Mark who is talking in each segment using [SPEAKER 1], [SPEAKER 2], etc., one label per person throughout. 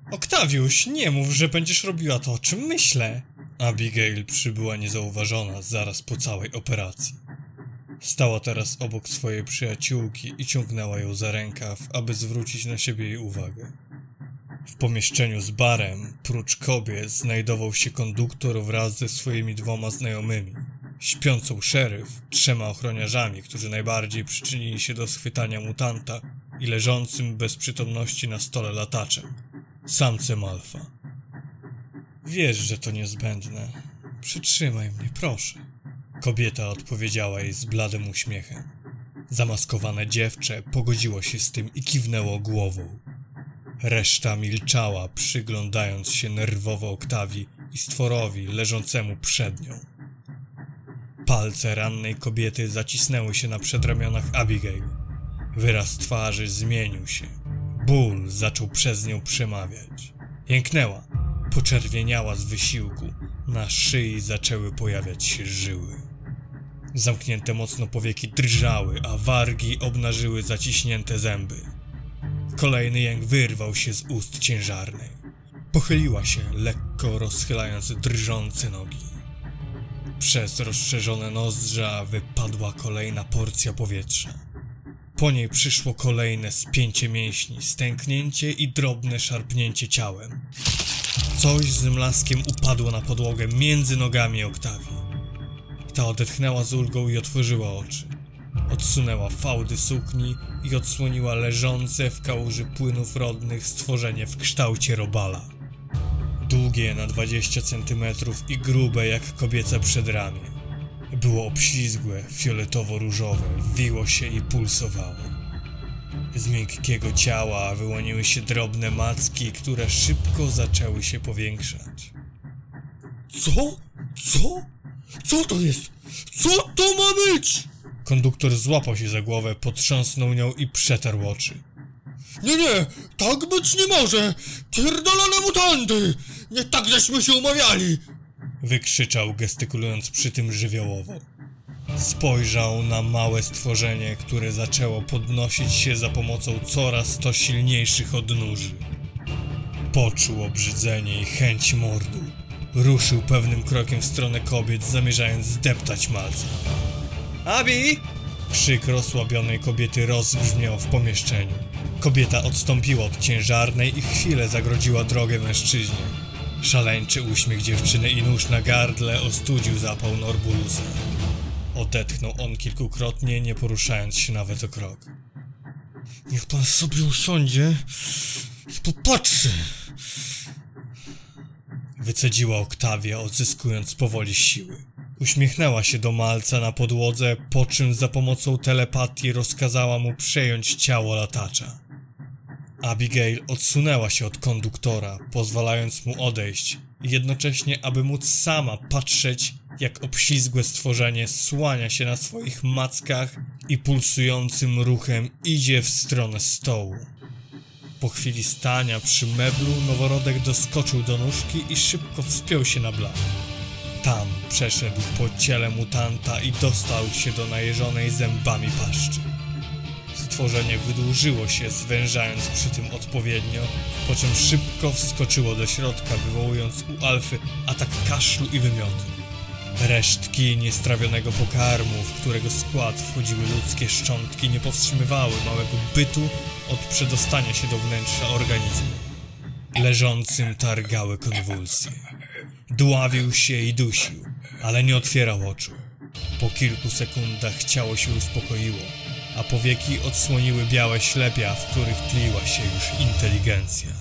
[SPEAKER 1] Oktawiusz, nie mów, że będziesz robiła to, o czym myślę. Abigail przybyła niezauważona zaraz po całej operacji. Stała teraz obok swojej przyjaciółki i ciągnęła ją za rękaw, aby zwrócić na siebie jej uwagę. W pomieszczeniu z barem, prócz kobiet, znajdował się konduktor wraz ze swoimi 2 znajomymi. Śpiącą szeryf, 3 ochroniarzami, którzy najbardziej przyczynili się do schwytania mutanta i leżącym bez przytomności na stole lataczem, samcem alfa. Wiesz, że to niezbędne. Przytrzymaj mnie, proszę. Kobieta odpowiedziała jej z bladym uśmiechem. Zamaskowane dziewczę pogodziło się z tym i kiwnęło głową. Reszta milczała, przyglądając się nerwowo Oktawi i stworowi leżącemu przed nią. Palce rannej kobiety zacisnęły się na przedramionach Abigail. Wyraz twarzy zmienił się. Ból zaczął przez nią przemawiać. Jęknęła, poczerwieniała z wysiłku. Na szyi zaczęły pojawiać się żyły. Zamknięte mocno powieki drżały, a wargi obnażyły zaciśnięte zęby. Kolejny jęk wyrwał się z ust ciężarnej. Pochyliła się, lekko rozchylając drżące nogi. Przez rozszerzone nozdrza wypadła kolejna porcja powietrza. Po niej przyszło kolejne spięcie mięśni, stęknięcie i drobne szarpnięcie ciałem. Coś z mlaskiem upadło na podłogę między nogami Oktawii. Ta odetchnęła z ulgą i otworzyła oczy. Odsunęła fałdy sukni i odsłoniła leżące w kałuży płynów rodnych stworzenie w kształcie robala. Długie na 20 cm i grube jak kobiece przedramię. Było obślizgłe, fioletowo-różowe, wiło się i pulsowało. Z miękkiego ciała wyłoniły się drobne macki, które szybko zaczęły się powiększać. Co? Co? Co to jest? Co to ma być? Konduktor złapał się za głowę, potrząsnął nią i przetarł oczy. Nie, tak być nie może! Pierdolone mutanty! Nie tak żeśmy się umawiali! Wykrzyczał, gestykulując przy tym żywiołowo. Spojrzał na małe stworzenie, które zaczęło podnosić się za pomocą coraz to silniejszych odnóży. Poczuł obrzydzenie i chęć mordu. Ruszył pewnym krokiem w stronę kobiet, zamierzając zdeptać malca. Abi! Krzyk rozsłabionej kobiety rozbrzmiał w pomieszczeniu. Kobieta odstąpiła od ciężarnej i chwilę zagrodziła drogę mężczyźnie. Szaleńczy uśmiech dziewczyny i nóż na gardle ostudził zapał Norbulusa. Odetchnął on kilkukrotnie, nie poruszając się nawet o krok. Niech pan sobie usiądzie i popatrzy! Wycedziła Oktawia, odzyskując powoli siły. Uśmiechnęła się do malca na podłodze, po czym za pomocą telepatii rozkazała mu przejąć ciało latacza. Abigail odsunęła się od konduktora, pozwalając mu odejść, jednocześnie aby móc sama patrzeć, jak obślizgłe stworzenie słania się na swoich mackach i pulsującym ruchem idzie w stronę stołu. Po chwili stania przy meblu noworodek doskoczył do nóżki i szybko wspiął się na blach. Tam przeszedł po ciele mutanta i dostał się do najeżonej zębami paszczy. Stworzenie wydłużyło się, zwężając przy tym odpowiednio, po czym szybko wskoczyło do środka, wywołując u Alfy atak kaszlu i wymiotu. Resztki niestrawionego pokarmu, w którego skład wchodziły ludzkie szczątki, nie powstrzymywały małego bytu od przedostania się do wnętrza organizmu. Leżącym targały konwulsje. Dławił się i dusił, ale nie otwierał oczu. Po kilku sekundach ciało się uspokoiło, a powieki odsłoniły białe ślepia, w których tliła się już inteligencja.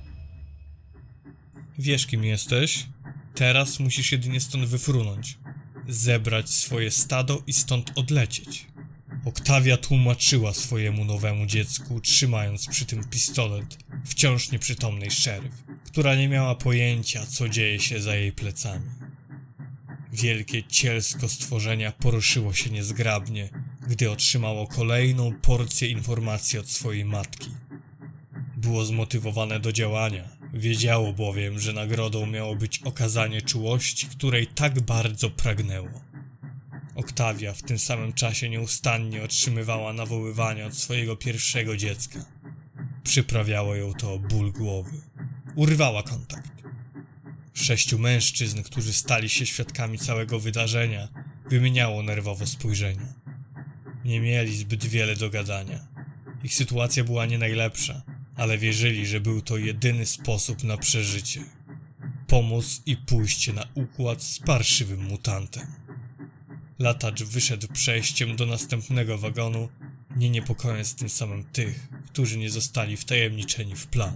[SPEAKER 1] Wiesz, kim jesteś? Teraz musisz jedynie stąd wyfrunąć, zebrać swoje stado i stąd odlecieć. Oktawia tłumaczyła swojemu nowemu dziecku, trzymając przy tym pistolet wciąż nieprzytomnej szeryf, która nie miała pojęcia, co dzieje się za jej plecami. Wielkie cielsko stworzenia poruszyło się niezgrabnie, gdy otrzymało kolejną porcję informacji od swojej matki. Było zmotywowane do działania, wiedziało bowiem, że nagrodą miało być okazanie czułości, której tak bardzo pragnęło. Oktawia w tym samym czasie nieustannie otrzymywała nawoływania od swojego pierwszego dziecka. Przyprawiało ją to o ból głowy. urwała kontakt. 6 mężczyzn, którzy stali się świadkami całego wydarzenia, wymieniało nerwowo spojrzenia. Nie mieli zbyt wiele do gadania. Ich sytuacja była nie najlepsza, ale wierzyli, że był to jedyny sposób na przeżycie. Pomóc i pójście na układ z parszywym mutantem. Latacz wyszedł przejściem do następnego wagonu, nie niepokojąc tym samym tych, którzy nie zostali wtajemniczeni w plan.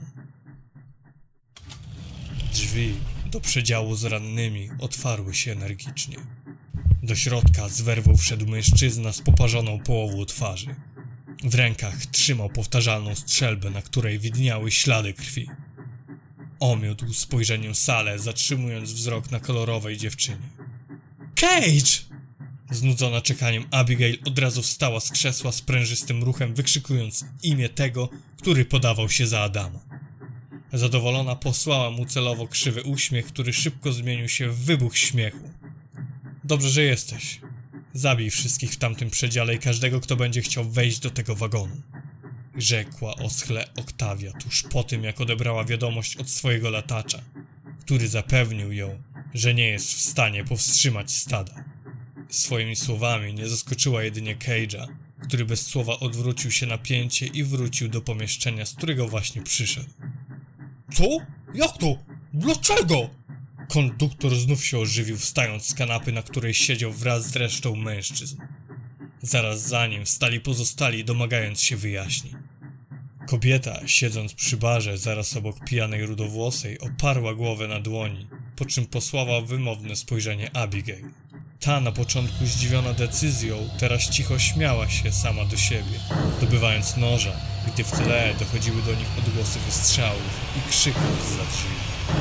[SPEAKER 1] Drzwi do przedziału z rannymi otwarły się energicznie. Do środka z werwą wszedł mężczyzna z poparzoną połową twarzy. W rękach trzymał powtarzalną strzelbę, na której widniały ślady krwi. Omiótł spojrzeniem salę, zatrzymując wzrok na kolorowej dziewczynie. Cage! Znudzona czekaniem, Abigail od razu wstała z krzesła sprężystym ruchem, wykrzykując imię tego, który podawał się za Adama. Zadowolona posłała mu celowo krzywy uśmiech, który szybko zmienił się w wybuch śmiechu. Dobrze, że jesteś. Zabij wszystkich w tamtym przedziale i każdego, kto będzie chciał wejść do tego wagonu. Rzekła oschle Oktawia tuż po tym, jak odebrała wiadomość od swojego latacza, który zapewnił ją, że nie jest w stanie powstrzymać stada. Swoimi słowami nie zaskoczyła jedynie Cage'a, który bez słowa odwrócił się na pięcie i wrócił do pomieszczenia, z którego właśnie przyszedł. Co? Jak to? Dlaczego? Konduktor znów się ożywił, wstając z kanapy, na której siedział wraz z resztą mężczyzn. Zaraz za nim wstali pozostali, domagając się wyjaśnień. Kobieta, siedząc przy barze zaraz obok pijanej rudowłosej, oparła głowę na dłoni, po czym posłała wymowne spojrzenie Abigail. Ta, na początku zdziwiona decyzją, teraz cicho śmiała się sama do siebie, dobywając noża, gdy w tle dochodziły do nich odgłosy wystrzałów i krzyków zza drzwi.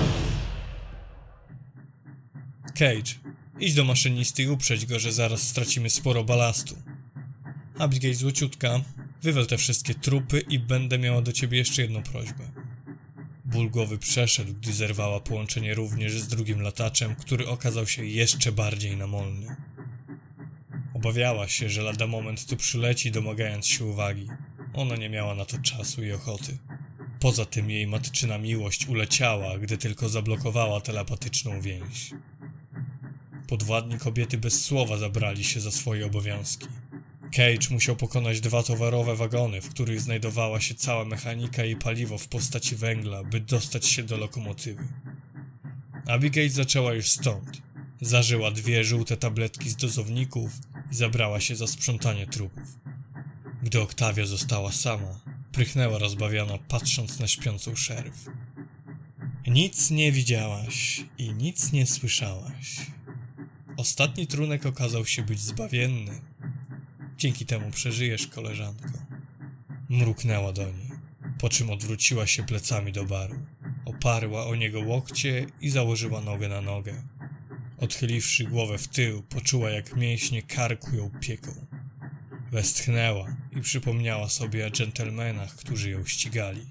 [SPEAKER 1] Cage, idź do maszynisty i uprzedź go, że zaraz stracimy sporo balastu. Abigail, złociutka, wywal te wszystkie trupy i będę miała do ciebie jeszcze jedną prośbę. Ból głowy przeszedł, gdy zerwała połączenie również z drugim lataczem, który okazał się jeszcze bardziej namolny. Obawiała się, że lada moment tu przyleci, domagając się uwagi. Ona nie miała na to czasu i ochoty. Poza tym jej matczyna miłość uleciała, gdy tylko zablokowała telepatyczną więź. Podwładni kobiety bez słowa zabrali się za swoje obowiązki. Cage musiał pokonać 2 towarowe wagony, w których znajdowała się cała mechanika i paliwo w postaci węgla, by dostać się do lokomotywy. Abigail zaczęła już stąd. Zażyła 2 żółte tabletki z dozowników i zabrała się za sprzątanie trupów. Gdy Oktawia została sama, prychnęła rozbawiona, patrząc na śpiącą szeryf. Nic nie widziałaś i nic nie słyszałaś. Ostatni trunek okazał się być zbawienny. Dzięki temu przeżyjesz, koleżanko. Mruknęła do niej, po czym odwróciła się plecami do baru. Oparła o niego łokcie i założyła nogę na nogę. Odchyliwszy głowę w tył, poczuła, jak mięśnie karku ją pieką. Westchnęła i przypomniała sobie o dżentelmenach, którzy ją ścigali.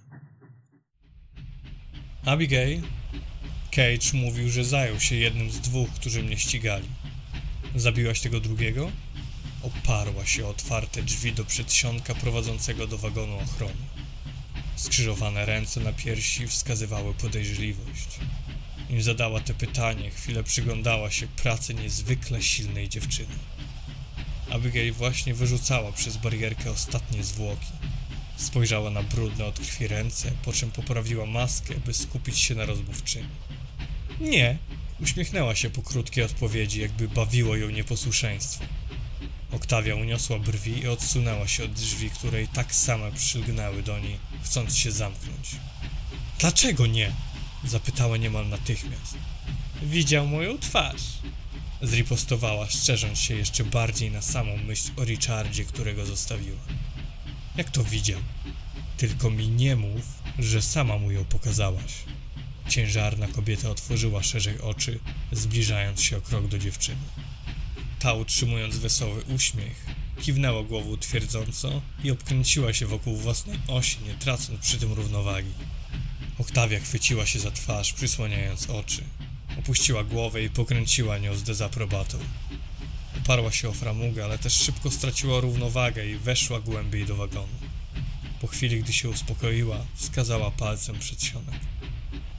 [SPEAKER 1] Abigail? Cage mówił, że zajął się jednym z 2, którzy mnie ścigali. Zabiłaś tego drugiego? Oparła się o otwarte drzwi do przedsionka prowadzącego do wagonu ochrony. Skrzyżowane ręce na piersi wskazywały podejrzliwość. Im zadała te pytanie, chwilę przyglądała się pracy niezwykle silnej dziewczyny. Abigail właśnie wyrzucała przez barierkę ostatnie zwłoki. Spojrzała na brudne od krwi ręce, po czym poprawiła maskę, by skupić się na rozmówczyni. Nie, uśmiechnęła się po krótkiej odpowiedzi, jakby bawiło ją nieposłuszeństwo. Oktawia uniosła brwi i odsunęła się od drzwi, które i tak same przylgnęły do niej, chcąc się zamknąć. Dlaczego nie? Zapytała niemal natychmiast. Widział moją twarz. Zripostowała, szczerząc się jeszcze bardziej na samą myśl o Richardzie, którego zostawiła. Jak to widział? Tylko mi nie mów, że sama mu ją pokazałaś. Ciężarna kobieta otworzyła szerzej oczy, zbliżając się o krok do dziewczyny. Ta, utrzymując wesoły uśmiech, kiwnęła głową twierdząco i obkręciła się wokół własnej osi, nie tracąc przy tym równowagi. Oktawia chwyciła się za twarz, przysłaniając oczy. Opuściła głowę i pokręciła nią z dezaprobatą. Oparła się o framugę, ale też szybko straciła równowagę i weszła głębiej do wagonu. Po chwili, gdy się uspokoiła, wskazała palcem przedsionek.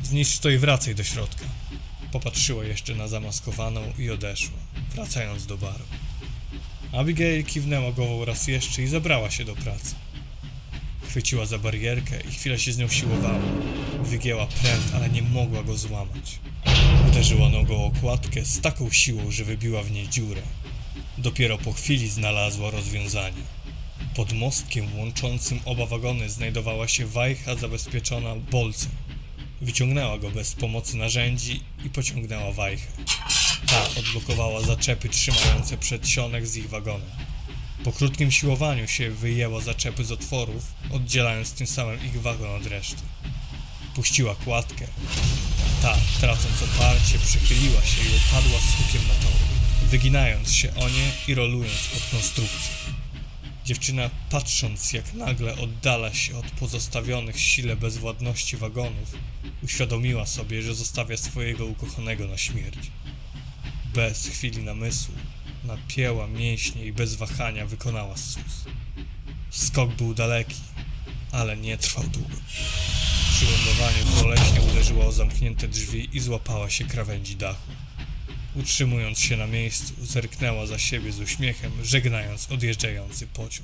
[SPEAKER 1] Zniszcz to i wracaj do środka. Popatrzyła jeszcze na zamaskowaną i odeszła, wracając do baru. Abigail kiwnęła głową raz jeszcze i zabrała się do pracy. Chwyciła za barierkę i chwilę się z nią siłowała. Wygięła pręt, ale nie mogła go złamać. Uderzyła nogą o kładkę z taką siłą, że wybiła w niej dziurę. Dopiero po chwili znalazła rozwiązanie. Pod mostkiem łączącym oba wagony znajdowała się wajcha zabezpieczona bolcem. Wyciągnęła go bez pomocy narzędzi i pociągnęła wajchę. Ta odblokowała zaczepy trzymające przedsionek z ich wagonem. Po krótkim siłowaniu się wyjęła zaczepy z otworów, oddzielając tym samym ich wagon od reszty. Puściła kładkę. Ta, tracąc oparcie, przechyliła się i opadła z hukiem na tory, wyginając się o nie i rolując pod konstrukcję. Dziewczyna, patrząc jak nagle oddala się od pozostawionych sile bezwładności wagonów, uświadomiła sobie, że zostawia swojego ukochanego na śmierć. Bez chwili namysłu napięła mięśnie i bez wahania wykonała sus. Skok był daleki, ale nie trwał długo. Przy lądowaniu boleśnie uderzyła o zamknięte drzwi i złapała się krawędzi dachu. Utrzymując się na miejscu, zerknęła za siebie z uśmiechem, żegnając odjeżdżający pociąg.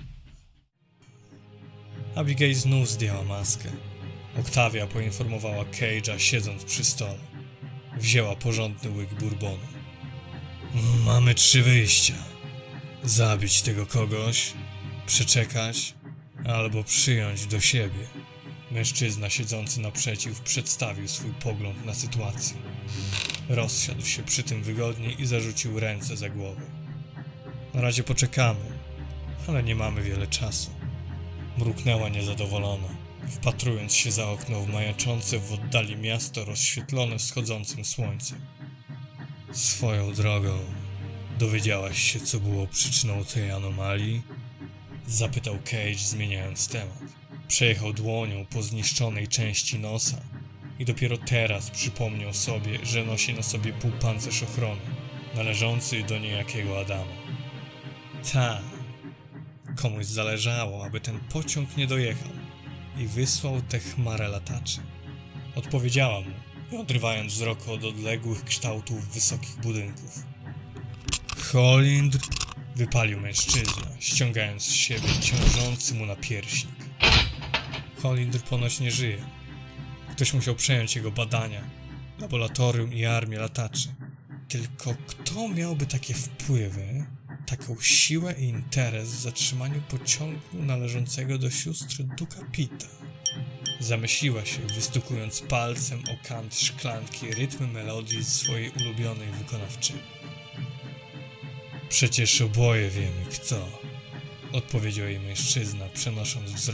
[SPEAKER 1] Abigail znów zdjęła maskę. Octavia poinformowała Cage'a, siedząc przy stole. Wzięła porządny łyk bourbonu. Mamy 3 wyjścia. Zabić tego kogoś, przeczekać, albo przyjąć do siebie. Mężczyzna siedzący naprzeciw przedstawił swój pogląd na sytuację. Rozsiadł się przy tym wygodniej i zarzucił ręce za głowę. Na razie poczekamy, ale nie mamy wiele czasu. Mruknęła niezadowolona, wpatrując się za okno w majaczące w oddali miasto rozświetlone wschodzącym słońcem. Swoją drogą, dowiedziałaś się, co było przyczyną tej anomalii? Zapytał Cage, zmieniając temat. Przejechał dłonią po zniszczonej części nosa i dopiero teraz przypomniał sobie, że nosi na sobie półpancerz ochrony, należący do niejakiego Adama. Ta, komuś zależało, aby ten pociąg nie dojechał i wysłał tę chmarę lataczy. Odpowiedziała mu, odrywając wzrok od odległych kształtów wysokich budynków. Holindr, wypalił mężczyzna, ściągając z siebie ciążący mu napierśnik. Holindr ponoć nie żyje. Ktoś musiał przejąć jego badania, laboratorium i armię lataczy. Tylko kto miałby takie wpływy, taką siłę i interes w zatrzymaniu pociągu należącego do sióstr Duka Pita? Zamyśliła się, wystukując palcem o kant szklanki rytmy melodii z swojej ulubionej wykonawczyni. Przecież oboje wiemy kto, odpowiedział jej mężczyzna, przenosząc wzrok